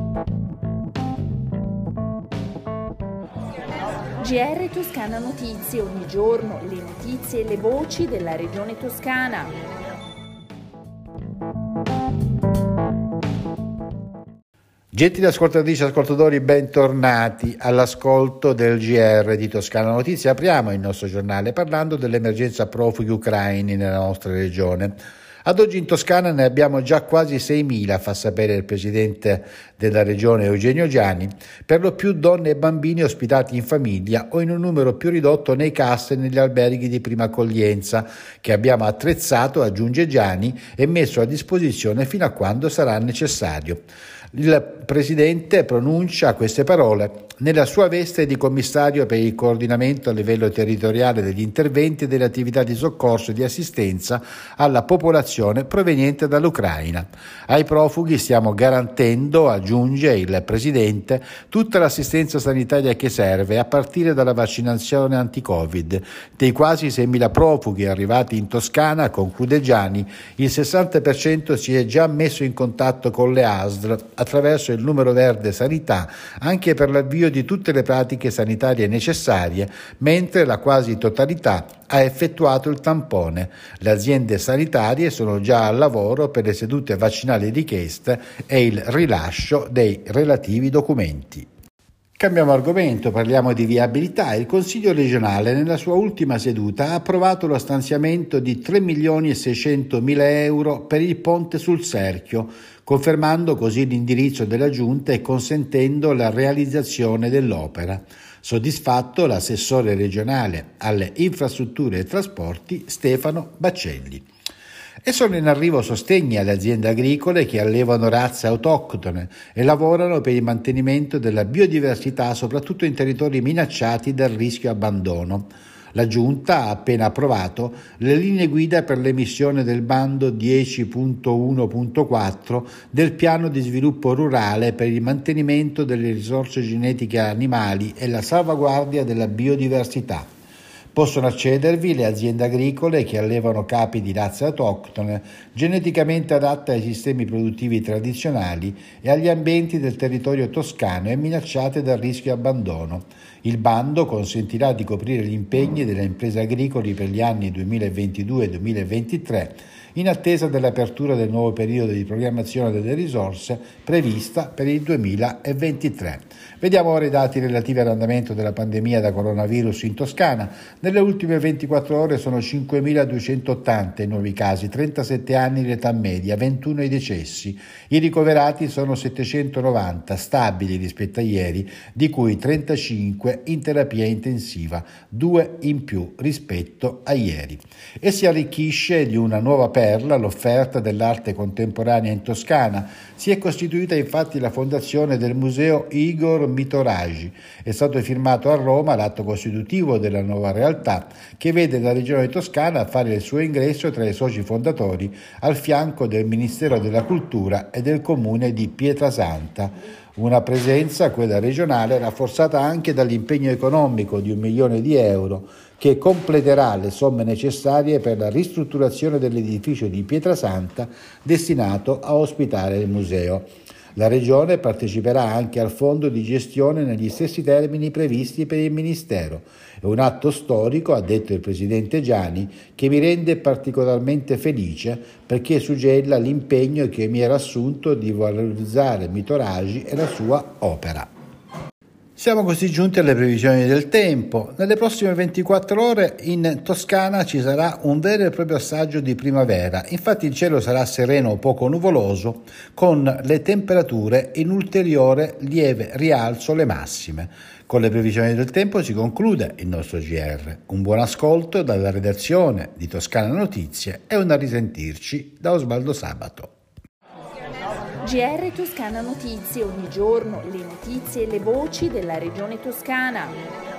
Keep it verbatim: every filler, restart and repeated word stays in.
G R Toscana Notizie, ogni giorno le notizie e le voci della regione toscana. Gentili ascoltatrici e ascoltatori, bentornati all'ascolto del G R di Toscana Notizie. Apriamo il nostro giornale parlando dell'emergenza profughi ucraini nella nostra regione. Ad oggi in Toscana ne abbiamo già quasi seimila, fa sapere il presidente della regione Eugenio Giani, per lo più donne e bambini ospitati in famiglia o in un numero più ridotto nei C A S e negli alberghi di prima accoglienza, che abbiamo attrezzato, aggiunge Giani, e messo a disposizione fino a quando sarà necessario. Il presidente pronuncia queste parole nella sua veste di commissario per il coordinamento a livello territoriale degli interventi e delle attività di soccorso e di assistenza alla popolazione proveniente dall'Ucraina. Ai profughi stiamo garantendo, aggiunge il presidente, tutta l'assistenza sanitaria che serve, a partire dalla vaccinazione anti-Covid. Dei quasi seimila profughi arrivati in Toscana, conclude Giani, il sessanta per cento si è già messo in contatto con le A S L attraverso il numero verde sanità, anche per l'avvio di tutte le pratiche sanitarie necessarie, mentre la quasi totalità ha effettuato il tampone. Le aziende sanitarie sono già al lavoro per le sedute vaccinali richieste e il rilascio dei relativi documenti. Cambiamo argomento, parliamo di viabilità. Il Consiglio regionale nella sua ultima seduta ha approvato lo stanziamento di tre milioni e seicentomila euro per il ponte sul Serchio, confermando così l'indirizzo della Giunta e consentendo la realizzazione dell'opera. Soddisfatto l'assessore regionale alle infrastrutture e trasporti Stefano Baccelli. E sono in arrivo sostegni alle aziende agricole che allevano razze autoctone e lavorano per il mantenimento della biodiversità, soprattutto in territori minacciati dal rischio abbandono. La Giunta ha appena approvato le linee guida per l'emissione del bando dieci punto uno punto quattro del piano di sviluppo rurale per il mantenimento delle risorse genetiche animali e la salvaguardia della biodiversità. Possono accedervi le aziende agricole che allevano capi di razze autoctone geneticamente adatte ai sistemi produttivi tradizionali e agli ambienti del territorio toscano e minacciate dal rischio abbandono. Il bando consentirà di coprire gli impegni delle imprese agricole per gli anni duemilaventidue duemilaventitré, in attesa dell'apertura del nuovo periodo di programmazione delle risorse prevista per il duemilaventitré. Vediamo ora i dati relativi all'andamento della pandemia da coronavirus in Toscana. Nelle ultime ventiquattro ore sono cinquemiladuecentottanta i nuovi casi, trentasette anni l'età media, ventuno i decessi. I ricoverati sono settecentonovanta, stabili rispetto a ieri, di cui trentacinque in terapia intensiva, due in più rispetto a ieri. E si arricchisce di una nuova perla l'offerta dell'arte contemporanea in Toscana. Si è costituita infatti la fondazione del Museo Igor Mitoragi. È stato firmato a Roma l'atto costitutivo della nuova realtà, che vede la Regione Toscana fare il suo ingresso tra i soci fondatori al fianco del Ministero della Cultura e del Comune di Pietrasanta. Una presenza, quella regionale, rafforzata anche dall'impegno economico di un milione di euro che completerà le somme necessarie per la ristrutturazione dell'edificio di Pietrasanta destinato a ospitare il museo. La Regione parteciperà anche al fondo di gestione negli stessi termini previsti per il Ministero. È un atto storico, ha detto il presidente Giani, che mi rende particolarmente felice perché suggella l'impegno che mi era assunto di valorizzare Mitoragi e la sua opera. Siamo così giunti alle previsioni del tempo. Nelle prossime ventiquattro ore in Toscana ci sarà un vero e proprio assaggio di primavera. Infatti il cielo sarà sereno o poco nuvoloso, con le temperature in ulteriore lieve rialzo le massime. Con le previsioni del tempo si conclude il nostro G R. Un buon ascolto dalla redazione di Toscana Notizie e un a risentirci da Osvaldo Sabato. G R Toscana Notizie, ogni giorno le notizie e le voci della regione toscana.